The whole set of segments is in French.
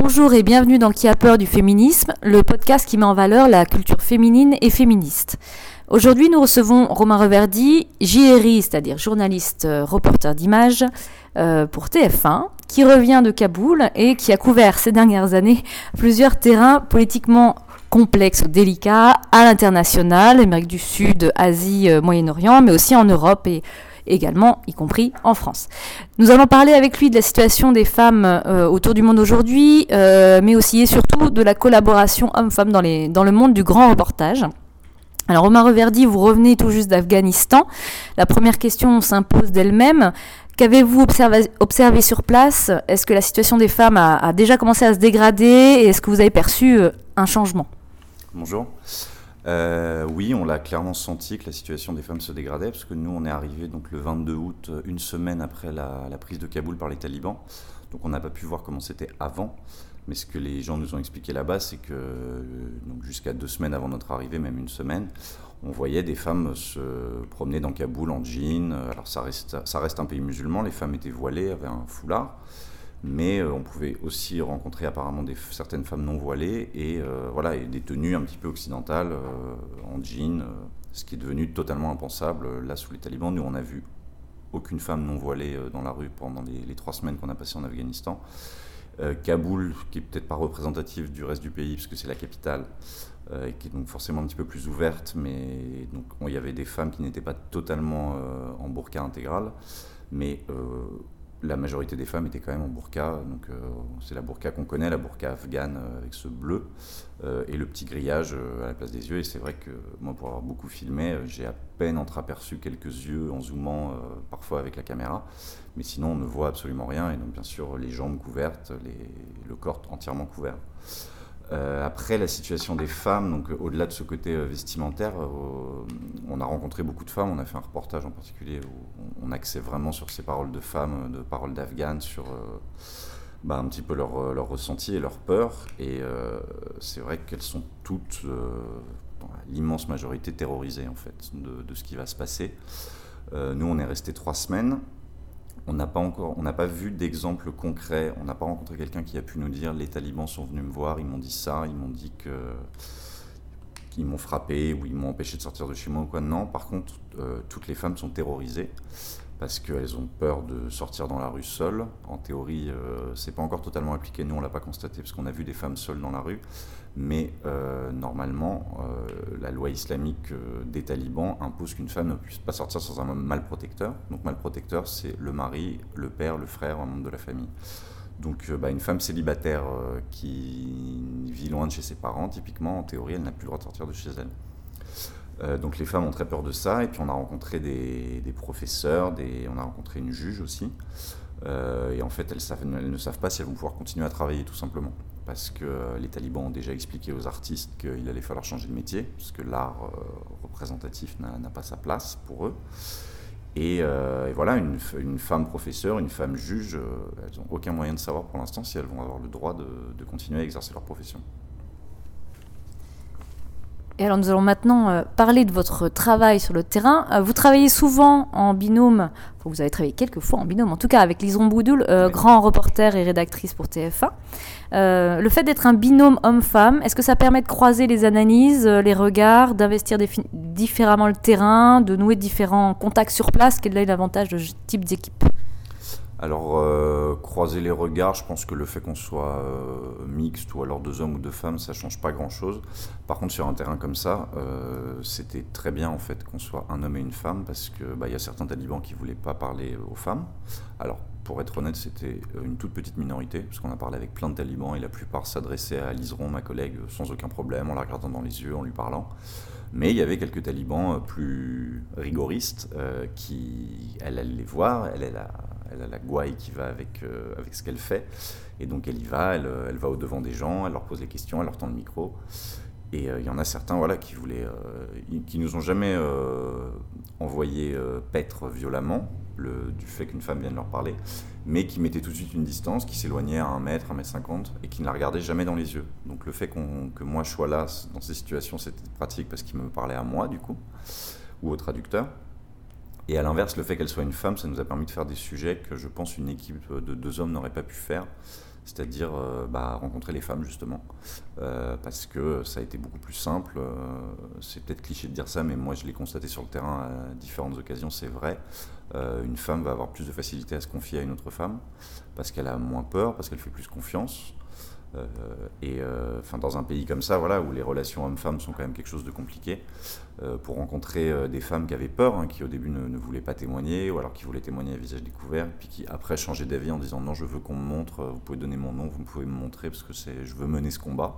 Bonjour et bienvenue dans Qui a peur du féminisme, le podcast qui met en valeur la culture féminine et féministe. Aujourd'hui, nous recevons Romain Reverdy, JRI, c'est-à-dire journaliste reporter d'images pour TF1, qui revient de Kaboul et qui a couvert ces dernières années plusieurs terrains politiquement complexes ou délicats à l'international, Amérique du Sud, Asie, Moyen-Orient, mais aussi en Europe et également, y compris en France. Nous allons parler avec lui de la situation des femmes autour du monde aujourd'hui, mais aussi et surtout de la collaboration homme-femme dans le monde du grand reportage. Alors Romain Reverdy, vous revenez tout juste d'Afghanistan. La première question s'impose d'elle-même. Qu'avez-vous observé sur place ? Est-ce que la situation des femmes a déjà commencé à se dégrader et est-ce que vous avez perçu un changement ? Bonjour. Oui, on l'a clairement senti que la situation des femmes se dégradait, parce que nous, on est arrivés donc, le 22 août, une semaine après la prise de Kaboul par les talibans. Donc on n'a pas pu voir comment c'était avant. Mais ce que les gens nous ont expliqué là-bas, c'est que donc, jusqu'à 2 semaines avant notre arrivée, même une semaine, on voyait des femmes se promener dans Kaboul en jean. Alors ça reste un pays musulman, les femmes étaient voilées, avaient un foulard. Mais on pouvait aussi rencontrer apparemment certaines femmes non voilées et des tenues un petit peu occidentales en jean, ce qui est devenu totalement impensable. Là, sous les talibans, nous, on n'a vu aucune femme non voilée dans la rue pendant les 3 semaines qu'on a passées en Afghanistan. Kaboul, qui est peut-être pas représentative du reste du pays, puisque c'est la capitale, et qui est donc forcément un petit peu plus ouverte, mais donc il y avait des femmes qui n'étaient pas totalement en burqa intégrale, mais la majorité des femmes étaient quand même en burqa, donc c'est la burqa qu'on connaît, la burqa afghane avec ce bleu et le petit grillage à la place des yeux. Et c'est vrai que moi, pour avoir beaucoup filmé, j'ai à peine entreaperçu quelques yeux en zoomant parfois avec la caméra, mais sinon on ne voit absolument rien. Et donc bien sûr les jambes couvertes, le corps entièrement couvert. Après, la situation des femmes, donc au-delà de ce côté vestimentaire, on a rencontré beaucoup de femmes. On a fait un reportage en particulier où on axait vraiment sur ces paroles de femmes, de paroles d'Afghanes, sur un petit peu leur ressenti et leur peur. Et c'est vrai qu'elles sont toutes, dans l'immense majorité, terrorisées en fait de ce qui va se passer. Nous, on est restés 3 semaines. On n'a pas vu d'exemple concret, on n'a pas rencontré quelqu'un qui a pu nous dire les talibans sont venus me voir, ils m'ont dit ça, ils m'ont dit qu'ils m'ont frappé ou ils m'ont empêché de sortir de chez moi ou quoi. Non, par contre, toutes les femmes sont terrorisées parce qu'elles ont peur de sortir dans la rue seules. En théorie, c'est pas encore totalement appliqué, nous on l'a pas constaté parce qu'on a vu des femmes seules dans la rue. Mais normalement, la loi islamique des talibans impose qu'une femme ne puisse pas sortir sans un mâle protecteur. Donc mâle protecteur, c'est le mari, le père, le frère, un membre de la famille. Donc une femme célibataire qui vit loin de chez ses parents, typiquement, en théorie, elle n'a plus le droit de sortir de chez elle. Donc les femmes ont très peur de ça. Et puis on a rencontré des professeurs, on a rencontré une juge aussi. Et en fait, elles ne savent pas si elles vont pouvoir continuer à travailler, tout simplement. Parce que les talibans ont déjà expliqué aux artistes qu'il allait falloir changer de métier, parce que l'art représentatif n'a pas sa place pour eux. Et voilà, une femme professeure, une femme juge, elles n'ont aucun moyen de savoir pour l'instant si elles vont avoir le droit de continuer à exercer leur profession. Et alors nous allons maintenant parler de votre travail sur le terrain. Vous travaillez souvent en binôme, vous avez travaillé quelques fois en binôme, en tout cas avec Liseron Boudoul, oui. Grand reporter et rédactrice pour TF1. Le fait d'être un binôme homme-femme, est-ce que ça permet de croiser les analyses, les regards, d'investir différemment le terrain, de nouer différents contacts sur place ? Quel est l'avantage de ce type d'équipe ? Alors, croiser les regards, je pense que le fait qu'on soit mixte ou alors 2 hommes ou 2 femmes, ça ne change pas grand-chose. Par contre, sur un terrain comme ça, c'était très bien en fait qu'on soit un homme et une femme parce que y a certains talibans qui ne voulaient pas parler aux femmes. Alors, pour être honnête, c'était une toute petite minorité parce qu'on a parlé avec plein de talibans et la plupart s'adressaient à Liseron, ma collègue, sans aucun problème, en la regardant dans les yeux, en lui parlant. Mais il y avait quelques talibans plus rigoristes qui, elle les voir, elle a la gouaille qui va avec ce qu'elle fait. Et donc elle y va, elle va au-devant des gens, elle leur pose les questions, elle leur tend le micro. Et il y en a certains qui nous ont jamais envoyé paître violemment du fait qu'une femme vienne leur parler, mais qui mettaient tout de suite une distance, qui s'éloignaient à 1 mètre, 1m50, et qui ne la regardaient jamais dans les yeux. Donc le fait que moi je sois là dans ces situations, c'était pratique parce qu'il me parlait à moi du coup, ou au traducteur. Et à l'inverse, le fait qu'elle soit une femme, ça nous a permis de faire des sujets que je pense une équipe de 2 hommes n'aurait pas pu faire. c'est-à-dire rencontrer les femmes justement, parce que ça a été beaucoup plus simple. C'est peut-être cliché de dire ça, mais moi je l'ai constaté sur le terrain à différentes occasions, c'est vrai. Une femme va avoir plus de facilité à se confier à une autre femme, parce qu'elle a moins peur, parce qu'elle fait plus confiance. Dans un pays comme ça, voilà, où les relations hommes-femmes sont quand même quelque chose de compliqué, pour rencontrer des femmes qui avaient peur, hein, qui au début ne voulaient pas témoigner, ou alors qui voulaient témoigner à visage découvert, puis qui après changeaient d'avis en disant non, je veux qu'on me montre, vous pouvez donner mon nom, vous pouvez me montrer parce que je veux mener ce combat.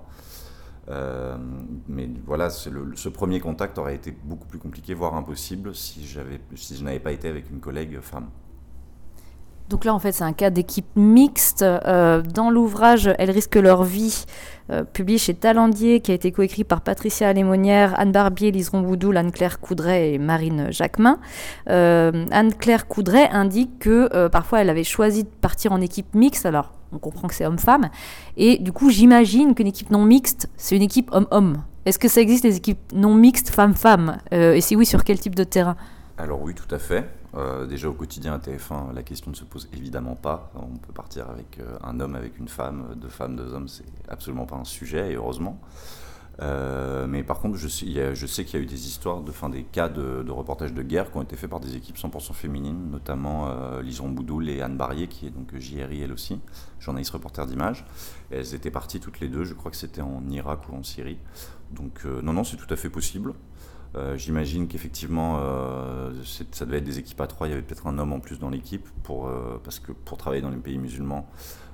Mais voilà, ce premier contact aurait été beaucoup plus compliqué, voire impossible, si je n'avais pas été avec une collègue femme. Donc là, en fait, c'est un cas d'équipe mixte. Dans l'ouvrage « Elles risquent leur vie », publié chez Talandier, qui a été coécrit par Patricia Alémonière, Anne Barbier, Lise Romboudoul, Anne-Claire Coudray et Marine Jacquemin. Anne-Claire Coudray indique que parfois, elle avait choisi de partir en équipe mixte. Alors, on comprend que c'est homme-femme. Et du coup, j'imagine qu'une équipe non mixte, c'est une équipe homme-homme. Est-ce que ça existe, les équipes non mixtes femme-femme Et si oui, sur quel type de terrain ? Alors oui, tout à fait. Déjà au quotidien à TF1, la question ne se pose évidemment pas. On peut partir avec un homme, avec une femme, deux femmes, deux hommes, c'est absolument pas un sujet, et heureusement. Mais par contre, je sais qu'il y a eu des histoires, des cas de reportages de guerre qui ont été faits par des équipes 100% féminines, notamment Lise Romboudoul et Anne Barbier, qui est donc JRI elle aussi, journaliste reporter d'image. Et elles étaient parties toutes les deux, je crois que c'était en Irak ou en Syrie. Donc non, c'est tout à fait possible. J'imagine qu'effectivement, ça devait être des équipes à trois. Il y avait peut-être un homme en plus dans l'équipe, parce que pour travailler dans les pays musulmans,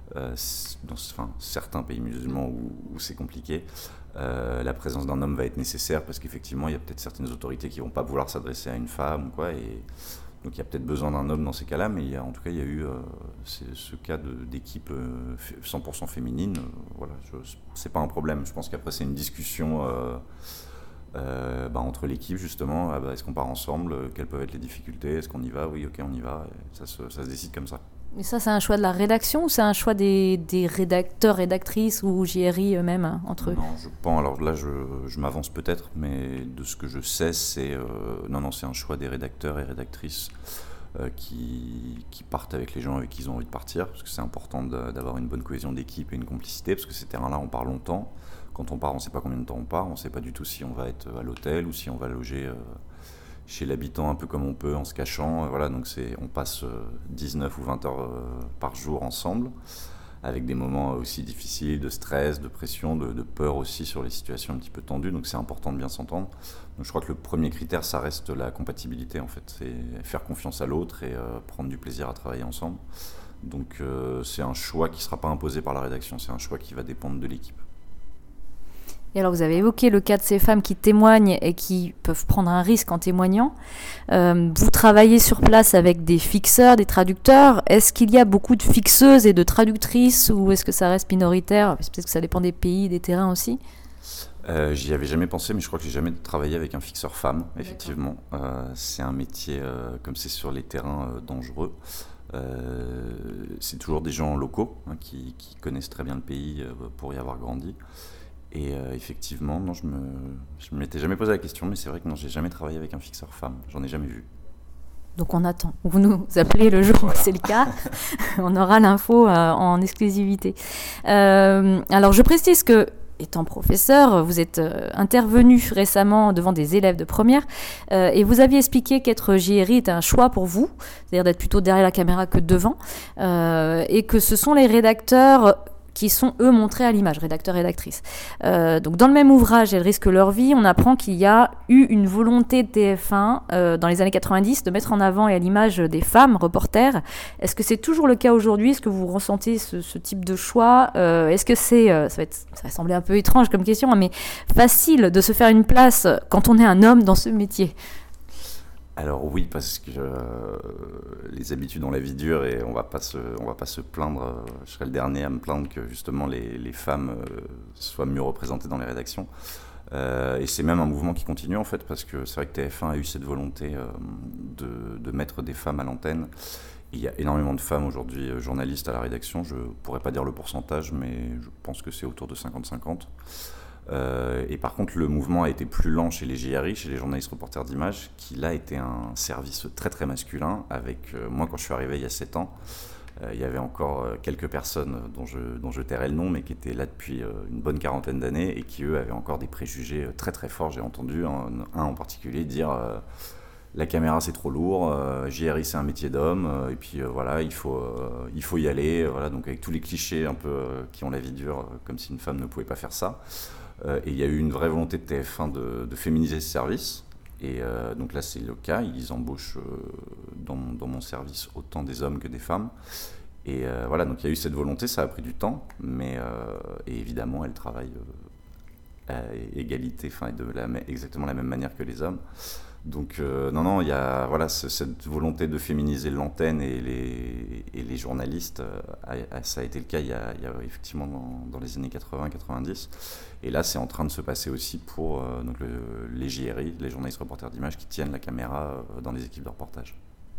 certains pays musulmans où c'est compliqué, la présence d'un homme va être nécessaire, parce qu'effectivement, il y a peut-être certaines autorités qui ne vont pas vouloir s'adresser à une femme, ou quoi, et donc il y a peut-être besoin d'un homme dans ces cas-là, mais en tout cas, il y a eu ce cas d'équipe 100% féminine. Voilà, c'est pas un problème. Je pense qu'après, c'est une discussion entre l'équipe justement, est-ce qu'on part ensemble, quelles peuvent être les difficultés, est-ce qu'on y va, oui ok on y va, et ça se décide comme ça. Mais ça, c'est un choix de la rédaction ou c'est un choix des rédacteurs, rédactrices ou JRI eux-mêmes entre eux ? Non, je pense, alors là je m'avance peut-être, mais de ce que je sais, c'est c'est un choix des rédacteurs et rédactrices qui partent avec les gens avec qui ils ont envie de partir, parce que c'est important d'avoir une bonne cohésion d'équipe et une complicité, parce que ces terrains-là on part longtemps. Quand on part, on ne sait pas combien de temps on part, on ne sait pas du tout si on va être à l'hôtel ou si on va loger chez l'habitant un peu comme on peut en se cachant. Voilà, donc on passe 19 ou 20 heures par jour ensemble, avec des moments aussi difficiles, de stress, de pression, de peur aussi sur les situations un petit peu tendues, donc c'est important de bien s'entendre. Donc je crois que le premier critère, ça reste la compatibilité en fait, c'est faire confiance à l'autre et prendre du plaisir à travailler ensemble. Donc c'est un choix qui ne sera pas imposé par la rédaction, c'est un choix qui va dépendre de l'équipe. Et alors, vous avez évoqué le cas de ces femmes qui témoignent et qui peuvent prendre un risque en témoignant. Vous travaillez sur place avec des fixeurs, des traducteurs. Est-ce qu'il y a beaucoup de fixeuses et de traductrices ou est-ce que ça reste minoritaire ? Peut-être que ça dépend des pays, des terrains aussi. J'y avais jamais pensé, mais je crois que j'ai jamais travaillé avec un fixeur femme, effectivement. C'est un métier, comme c'est sur les terrains dangereux. C'est toujours des gens locaux qui connaissent très bien le pays pour y avoir grandi. Et effectivement, non, je me m'étais jamais posé la question, mais c'est vrai que non, j'ai jamais travaillé avec un fixeur femme, j'en ai jamais vu. Donc on attend. Vous nous appelez le jour où c'est le cas. On aura l'info en exclusivité. Alors je précise que, étant professeur, vous êtes intervenu récemment devant des élèves de première et vous aviez expliqué qu'être JRI était un choix pour vous, c'est-à-dire d'être plutôt derrière la caméra que devant, et que ce sont les rédacteurs qui sont, eux, montrés à l'image, rédacteurs, rédactrices. Donc, dans le même ouvrage, Elles risquent leur vie, on apprend qu'il y a eu une volonté de TF1 dans les années 90 de mettre en avant et à l'image des femmes reporters. Est-ce que c'est toujours le cas aujourd'hui ? Est-ce que vous ressentez ce type de choix ? Est-ce que c'est, ça va sembler un peu étrange comme question, mais facile de se faire une place quand on est un homme dans ce métier ? Alors oui, parce que les habitudes ont la vie dure et on va pas se plaindre. Je serais le dernier à me plaindre que justement les femmes soient mieux représentées dans les rédactions. Et c'est même un mouvement qui continue en fait, parce que c'est vrai que TF1 a eu cette volonté de mettre des femmes à l'antenne. Il y a énormément de femmes aujourd'hui journalistes à la rédaction. Je pourrais pas dire le pourcentage, mais je pense que c'est autour de 50-50. Et par contre, le mouvement a été plus lent chez les JRI, chez les journalistes reporters d'image, qui là était un service très très masculin. Avec moi, quand je suis arrivé il y a 7 ans, Il y avait encore quelques personnes dont je tairai le nom, mais qui étaient là depuis une bonne quarantaine d'années et qui, eux, avaient encore des préjugés très très forts. J'ai entendu un en particulier dire la caméra c'est trop lourd, JRI c'est un métier d'homme, et puis voilà, il faut y aller. Voilà, donc avec tous les clichés un peu qui ont la vie dure, comme si une femme ne pouvait pas faire ça. Et il y a eu une vraie volonté de TF1 de féminiser ce service. Et donc là, c'est le cas. Ils embauchent dans mon service autant des hommes que des femmes. Et voilà, donc il y a eu cette volonté. Ça a pris du temps, mais et évidemment, elles travaillent à égalité, enfin, exactement la même manière que les hommes. Donc non, il y a voilà, cette volonté de féminiser l'antenne et les journalistes, ça a été le cas il y a effectivement dans les années 80-90. Et là, c'est en train de se passer aussi pour donc les JRI, les journalistes reporters d'images, qui tiennent la caméra dans les équipes de reportage.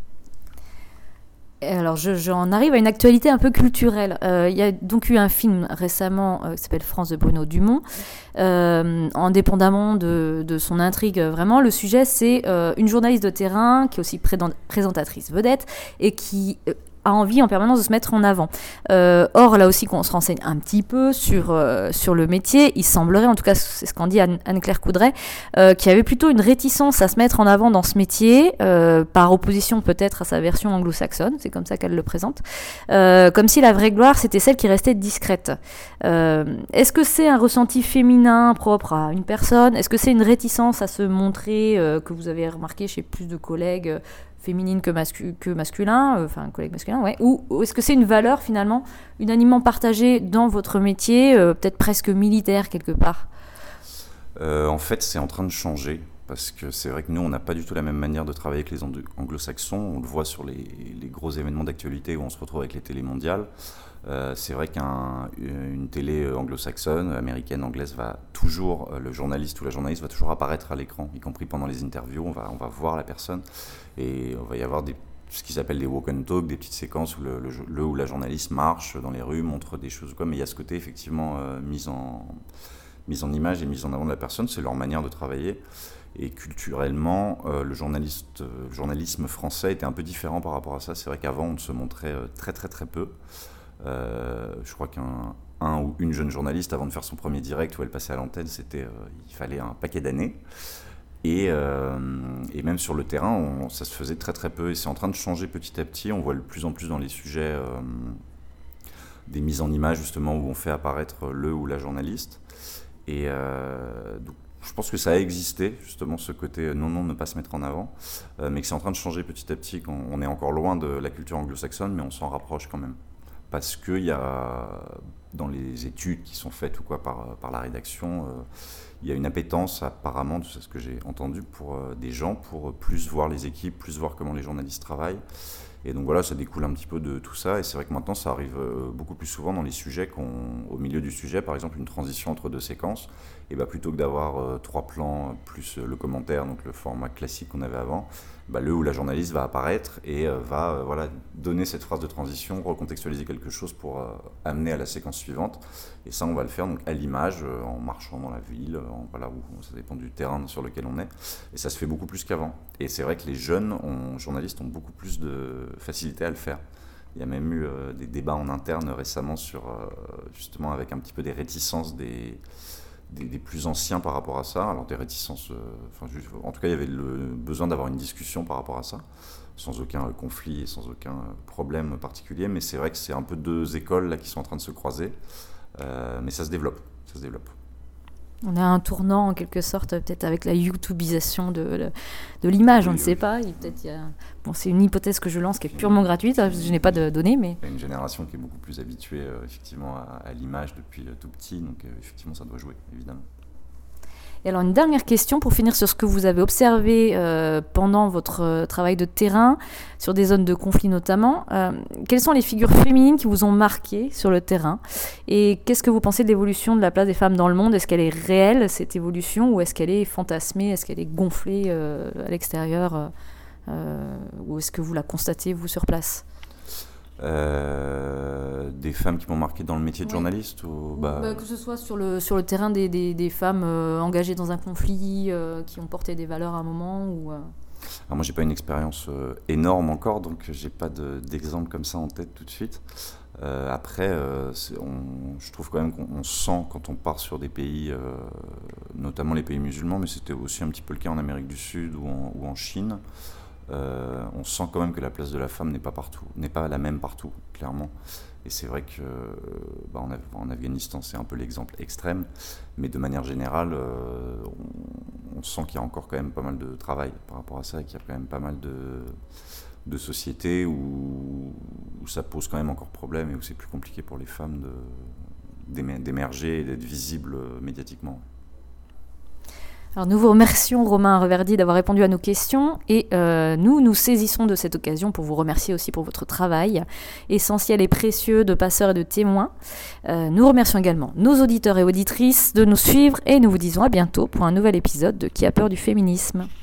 Alors, j'en arrive à une actualité un peu culturelle. Il y a donc eu un film récemment qui s'appelle France de Bruno Dumont. Indépendamment de son intrigue, vraiment, le sujet, c'est une journaliste de terrain qui est aussi présentatrice vedette et qui a envie en permanence de se mettre en avant. Or, là aussi, qu'on se renseigne un petit peu sur le métier, il semblerait, en tout cas, c'est ce qu'en dit Anne-Claire Coudray, qu'il y avait plutôt une réticence à se mettre en avant dans ce métier, par opposition peut-être à sa version anglo-saxonne, c'est comme ça qu'elle le présente, comme si la vraie gloire, c'était celle qui restait discrète. Est-ce que c'est un ressenti féminin propre à une personne ? Est-ce que c'est une réticence à se montrer, que vous avez remarqué chez plus de collègues féminine que masculin, enfin collègue masculin, ouais, ou est-ce que c'est une valeur finalement unanimement partagée dans votre métier, peut-être presque militaire quelque part ? En fait, c'est en train de changer, parce que c'est vrai que nous, on n'a pas du tout la même manière de travailler que les anglo-saxons. On le voit sur les gros événements d'actualité où on se retrouve avec les télés mondiales. C'est vrai qu'une télé anglo-saxonne, américaine, anglaise, le journaliste ou la journaliste va toujours apparaître à l'écran, y compris pendant les interviews. On va voir la personne et on va y avoir ce qu'ils appellent des walk and talk, des petites séquences où le ou la journaliste marche dans les rues, montre des choses, mais il y a ce côté effectivement mise en image et mise en avant de la personne. C'est leur manière de travailler. Et culturellement, le journalisme français était un peu différent par rapport à ça. C'est vrai qu'avant, on se montrait très très très peu. Je crois qu'un ou une jeune journaliste, avant de faire son premier direct où elle passait à l'antenne, il fallait un paquet d'années. Et même sur le terrain, ça se faisait très très peu. Et c'est en train de changer petit à petit. On voit de plus en plus dans les sujets des mises en image, justement, où on fait apparaître le ou la journaliste. Et donc, je pense que ça a existé, justement, ce côté non, ne pas se mettre en avant, mais que c'est en train de changer petit à petit. On est encore loin de la culture anglo-saxonne, mais on s'en rapproche quand même. Parce qu'il y a, dans les études qui sont faites ou quoi par la rédaction, il y a une appétence apparemment, c'est ce que j'ai entendu, pour des gens, pour plus voir les équipes, plus voir comment les journalistes travaillent. Et donc voilà, ça découle un petit peu de tout ça. Et c'est vrai que maintenant, ça arrive beaucoup plus souvent dans les sujets au milieu du sujet, par exemple une transition entre deux séquences. Et plutôt que d'avoir 3 plans plus le commentaire, donc le format classique qu'on avait avant, le ou la journaliste va apparaître et va donner cette phrase de transition, recontextualiser quelque chose pour amener à la séquence suivante. Et ça, on va le faire donc à l'image, en marchant dans la ville, ça dépend du terrain sur lequel on est. Et ça se fait beaucoup plus qu'avant. Et c'est vrai que les jeunes journalistes ont beaucoup plus de facilité à le faire. Il y a même eu des débats en interne récemment justement avec un petit peu des réticences des plus anciens par rapport à ça. Alors des réticences, en tout cas il y avait le besoin d'avoir une discussion par rapport à ça, sans aucun conflit et sans aucun problème particulier, mais c'est vrai que c'est un peu deux écoles là qui sont en train de se croiser, mais ça se développe. On a un tournant en quelque sorte, peut-être avec la YouTubisation de l'image, on ne sait pas. C'est une hypothèse que je lance qui est purement gratuite, je n'ai pas de données. Mais... Il y a une génération qui est beaucoup plus habituée effectivement à l'image depuis tout petit, donc effectivement ça doit jouer, évidemment. Et alors une dernière question pour finir sur ce que vous avez observé pendant votre travail de terrain, sur des zones de conflit notamment. Quelles sont les figures féminines qui vous ont marqué sur le terrain ? Et qu'est-ce que vous pensez de l'évolution de la place des femmes dans le monde ? Est-ce qu'elle est réelle, cette évolution, ou est-ce qu'elle est fantasmée ? Est-ce qu'elle est gonflée à l'extérieur ou est-ce que vous la constatez, vous, sur place ? Des femmes qui m'ont marqué dans le métier de journaliste ou que ce soit sur le terrain des femmes engagées dans un conflit, qui ont porté des valeurs à un moment ou Alors moi, j'ai pas une expérience énorme encore, donc j'ai pas d'exemple comme ça en tête tout de suite. Après, je trouve quand même qu'on sent quand on part sur des pays, notamment les pays musulmans, mais c'était aussi un petit peu le cas en Amérique du Sud ou en Chine. On sent quand même que la place de la femme n'est pas la même partout, clairement. Et c'est vrai que en Afghanistan, c'est un peu l'exemple extrême, mais de manière générale, on sent qu'il y a encore quand même pas mal de travail par rapport à ça, et qu'il y a quand même pas mal de sociétés où ça pose quand même encore problème et où c'est plus compliqué pour les femmes d'émerger et d'être visibles médiatiquement. Alors nous vous remercions Romain Reverdy d'avoir répondu à nos questions et nous saisissons de cette occasion pour vous remercier aussi pour votre travail essentiel et précieux de passeurs et de témoins. Nous remercions également nos auditeurs et auditrices de nous suivre et nous vous disons à bientôt pour un nouvel épisode de Qui a peur du féminisme.